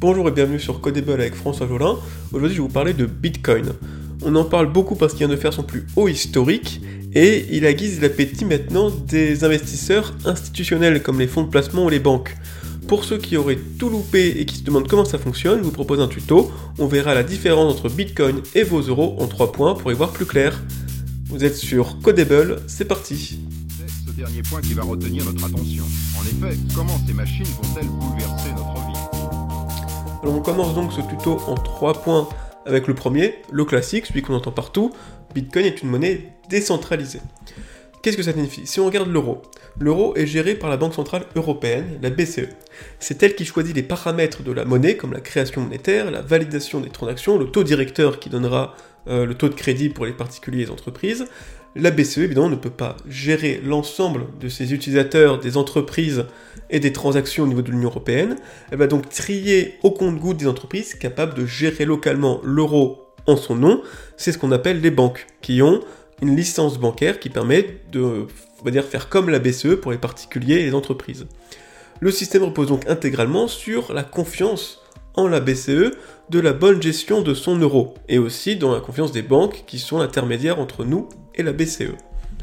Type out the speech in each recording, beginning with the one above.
Bonjour et bienvenue sur Codable avec François Jolin. Aujourd'hui je vais vous parler de Bitcoin. On en parle beaucoup parce qu'il vient de faire son plus haut historique et il aiguise l'appétit maintenant des investisseurs institutionnels comme les fonds de placement ou les banques. Pour ceux qui auraient tout loupé et qui se demandent comment ça fonctionne, je vous propose un tuto. On verra la différence entre Bitcoin et vos euros en 3 points pour y voir plus clair. Vous êtes sur Codable, c'est parti. C'est ce dernier point qui va retenir notre attention. En effet, comment ces machines vont-elles bouleverser notre vie ? Alors on commence donc ce tuto en 3 points avec le premier, le classique, celui qu'on entend partout. Bitcoin est une monnaie décentralisée. Qu'est-ce que ça signifie ? Si on regarde l'euro est géré par la Banque Centrale Européenne, la BCE. C'est elle qui choisit les paramètres de la monnaie, comme la création monétaire, la validation des transactions, le taux directeur qui donnera le taux de crédit pour les particuliers et les entreprises. La BCE, évidemment, ne peut pas gérer l'ensemble de ses utilisateurs, des entreprises et des transactions au niveau de l'Union Européenne. Elle va donc trier au compte-gouttes des entreprises capables de gérer localement l'euro en son nom. C'est ce qu'on appelle les banques, qui ont une licence bancaire qui permet de, faire comme la BCE pour les particuliers et les entreprises. Le système repose donc intégralement sur la confiance en la BCE de la bonne gestion de son euro, et aussi dans la confiance des banques qui sont l'intermédiaire entre nous et la BCE.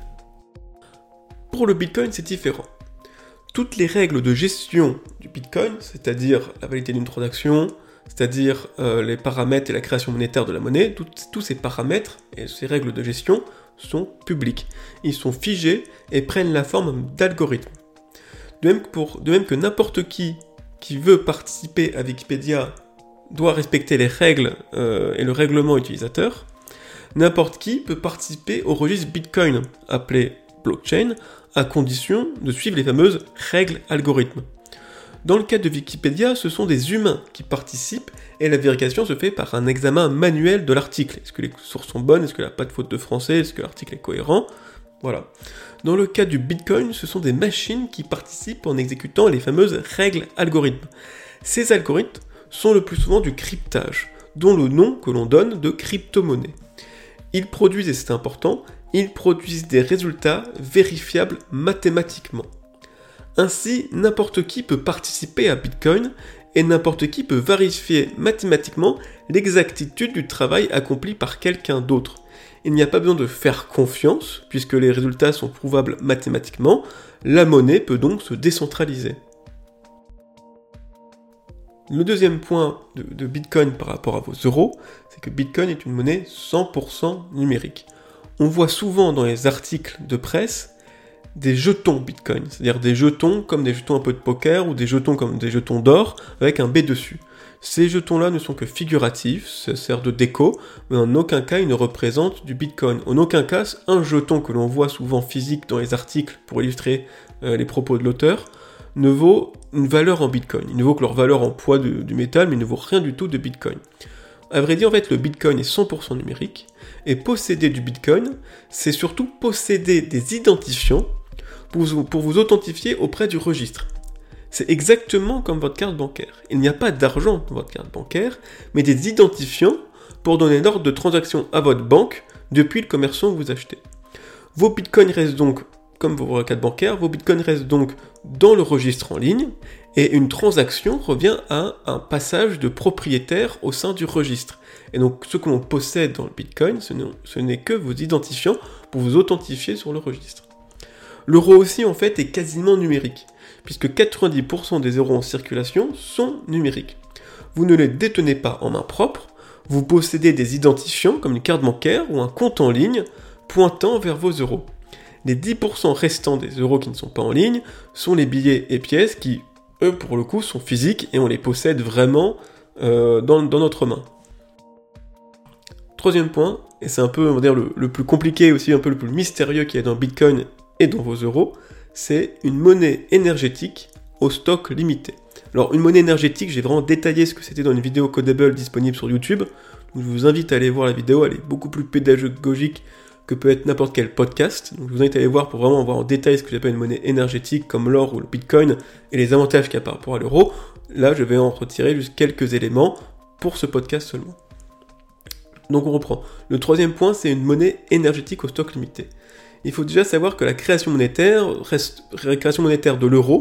Pour le Bitcoin, c'est différent. Toutes les règles de gestion du Bitcoin, c'est-à-dire la validité d'une transaction, c'est-à-dire les paramètres et la création monétaire de la monnaie, tous ces paramètres et ces règles de gestion sont publics. Ils sont figés et prennent la forme d'algorithmes. De même que n'importe qui veut participer à Wikipédia doit respecter les règles et le règlement utilisateur, n'importe qui peut participer au registre Bitcoin, appelé blockchain, à condition de suivre les fameuses règles algorithmes. Dans le cas de Wikipédia, ce sont des humains qui participent et la vérification se fait par un examen manuel de l'article. Est-ce que les sources sont bonnes ? Est-ce qu'il n'y a pas de faute de français ? Est-ce que l'article est cohérent ? Voilà. Dans le cas du Bitcoin, ce sont des machines qui participent en exécutant les fameuses règles algorithmes. Ces algorithmes sont le plus souvent du cryptage, dont le nom que l'on donne de crypto-monnaie. Ils produisent, et c'est important, ils produisent des résultats vérifiables mathématiquement. Ainsi, n'importe qui peut participer à Bitcoin et n'importe qui peut vérifier mathématiquement l'exactitude du travail accompli par quelqu'un d'autre. Il n'y a pas besoin de faire confiance, puisque les résultats sont prouvables mathématiquement, la monnaie peut donc se décentraliser. Le deuxième point de Bitcoin par rapport à vos euros, c'est que Bitcoin est une monnaie 100% numérique. On voit souvent dans les articles de presse des jetons Bitcoin, c'est-à-dire des jetons comme des jetons un peu de poker ou des jetons comme des jetons d'or avec un B dessus. Ces jetons-là ne sont que figuratifs, ça sert de déco, mais en aucun cas ils ne représentent du Bitcoin. En aucun cas, un jeton que l'on voit souvent physique dans les articles pour illustrer les propos de l'auteur ne vaut une valeur en Bitcoin. Il ne vaut que leur valeur en poids du métal, mais il ne vaut rien du tout de Bitcoin. À vrai dire, en fait, le Bitcoin est 100% numérique, et posséder du Bitcoin, c'est surtout posséder des identifiants pour vous authentifier auprès du registre. C'est exactement comme votre carte bancaire. Il n'y a pas d'argent dans votre carte bancaire, mais des identifiants pour donner l'ordre de transaction à votre banque depuis le commerçant que vous achetez. Vos bitcoins restent donc, comme vos cartes bancaires, vos bitcoins restent donc dans le registre en ligne, et une transaction revient à un passage de propriétaire au sein du registre. Et donc ce que l'on possède dans le bitcoin, ce n'est que vos identifiants pour vous authentifier sur le registre. L'euro aussi, en fait, est quasiment numérique, puisque 90% des euros en circulation sont numériques. Vous ne les détenez pas en main propre, vous possédez des identifiants comme une carte bancaire ou un compte en ligne pointant vers vos euros. Les 10% restants des euros qui ne sont pas en ligne sont les billets et pièces qui, eux, pour le coup, sont physiques et on les possède vraiment dans notre main. Troisième point, et c'est un peu, on va dire, le plus compliqué aussi, un peu le plus mystérieux qu'il y a dans Bitcoin et dans vos euros, c'est une monnaie énergétique au stock limité. Alors une monnaie énergétique, j'ai vraiment détaillé ce que c'était dans une vidéo Codable disponible sur YouTube, donc je vous invite à aller voir la vidéo, elle est beaucoup plus pédagogique que peut être n'importe quel podcast, donc je vous invite à aller voir pour vraiment voir en détail ce que j'appelle une monnaie énergétique comme l'or ou le Bitcoin et les avantages qu'il y a par rapport à l'euro. Là je vais en retirer juste quelques éléments pour ce podcast seulement. Donc on reprend. Le troisième point, c'est une monnaie énergétique au stock limité. Il faut déjà savoir que la création monétaire de l'euro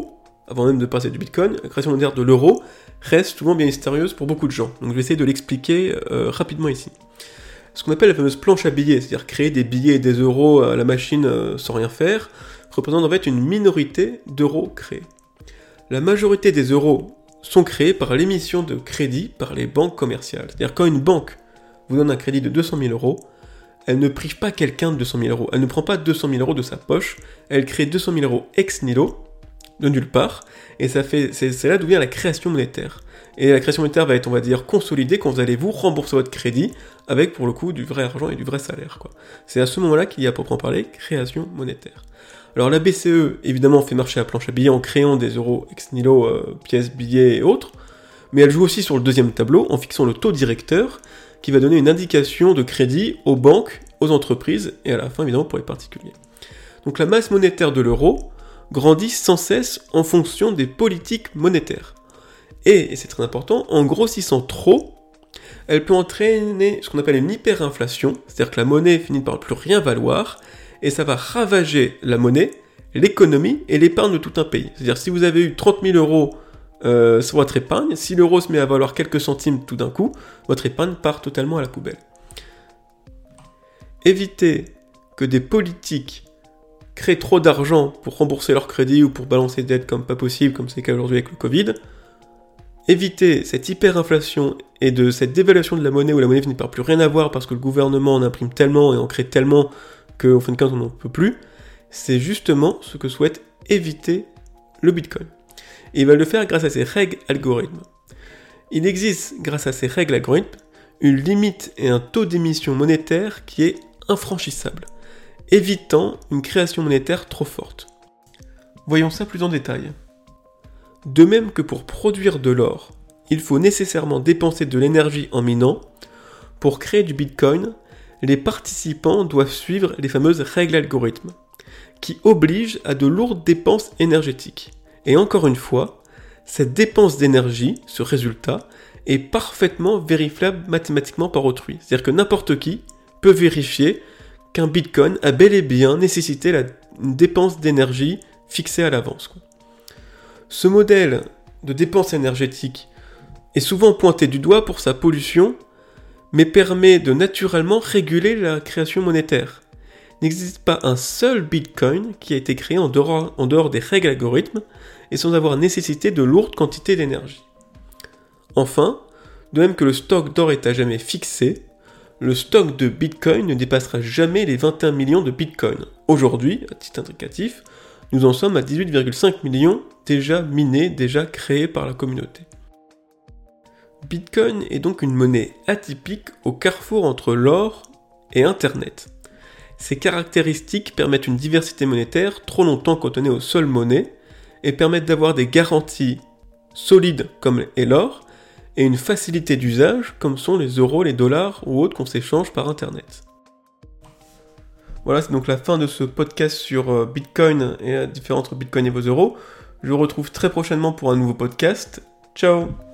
avant même de passer du Bitcoin, la création monétaire de l'euro reste souvent bien mystérieuse pour beaucoup de gens. Donc je vais essayer de l'expliquer rapidement ici. Ce qu'on appelle la fameuse planche à billets, c'est-à-dire créer des billets et des euros à la machine sans rien faire, représente en fait une minorité d'euros créés. La majorité des euros sont créés par l'émission de crédit par les banques commerciales. C'est-à-dire quand une banque vous donne un crédit de 200 000 euros, elle ne prive pas quelqu'un de 200 000 euros. Elle ne prend pas 200 000 euros de sa poche, elle crée 200 000 euros ex nihilo, de nulle part, et c'est là d'où vient la création monétaire. Et la création monétaire va être, on va dire, consolidée quand vous allez vous rembourser votre crédit avec, pour le coup, du vrai argent et du vrai salaire, quoi. C'est à ce moment-là qu'il y a, à proprement parler, création monétaire. Alors la BCE, évidemment, fait marcher la planche à billets en créant des euros ex nihilo, pièces, billets et autres, mais elle joue aussi sur le deuxième tableau en fixant le taux directeur qui va donner une indication de crédit aux banques, aux entreprises et à la fin, évidemment, pour les particuliers. Donc la masse monétaire de l'euro grandit sans cesse en fonction des politiques monétaires. Et c'est très important, en grossissant trop, elle peut entraîner ce qu'on appelle une hyperinflation, c'est-à-dire que la monnaie finit par ne plus rien valoir, et ça va ravager la monnaie, l'économie et l'épargne de tout un pays. C'est-à-dire si vous avez eu 30 000 euros sur votre épargne, si l'euro se met à valoir quelques centimes tout d'un coup, votre épargne part totalement à la poubelle. Évitez que des politiques créent trop d'argent pour rembourser leurs crédits ou pour balancer des dettes comme pas possible, comme c'est le cas aujourd'hui avec le Covid. Évitez cette hyperinflation et de cette dévaluation de la monnaie où la monnaie finit par plus rien avoir parce que le gouvernement en imprime tellement et en crée tellement qu'au fin de compte on n'en peut plus. C'est justement ce que souhaite éviter le Bitcoin. Et il va le faire grâce à ses règles algorithmes. Il existe, grâce à ces règles algorithmes, une limite et un taux d'émission monétaire qui est infranchissable, évitant une création monétaire trop forte. Voyons ça plus en détail. De même que pour produire de l'or, il faut nécessairement dépenser de l'énergie en minant, pour créer du Bitcoin, les participants doivent suivre les fameuses règles algorithmes, qui obligent à de lourdes dépenses énergétiques. Et encore une fois, cette dépense d'énergie, ce résultat, est parfaitement vérifiable mathématiquement par autrui. C'est-à-dire que n'importe qui peut vérifier qu'un Bitcoin a bel et bien nécessité une dépense d'énergie fixée à l'avance. Ce modèle de dépense énergétique est souvent pointé du doigt pour sa pollution, mais permet de naturellement réguler la création monétaire. Il n'existe pas un seul Bitcoin qui a été créé en dehors des règles algorithmes et sans avoir nécessité de lourdes quantités d'énergie. Enfin, de même que le stock d'or est à jamais fixé, le stock de Bitcoin ne dépassera jamais les 21 millions de Bitcoin. Aujourd'hui, à titre indicatif, nous en sommes à 18,5 millions déjà minés, déjà créés par la communauté. Bitcoin est donc une monnaie atypique au carrefour entre l'or et Internet. Ces caractéristiques permettent une diversité monétaire trop longtemps cantonnée aux seules monnaies et permettent d'avoir des garanties solides comme est l'or et une facilité d'usage comme sont les euros, les dollars ou autres qu'on s'échange par Internet. Voilà, c'est donc la fin de ce podcast sur Bitcoin et la différence entre Bitcoin et vos euros. Je vous retrouve très prochainement pour un nouveau podcast. Ciao!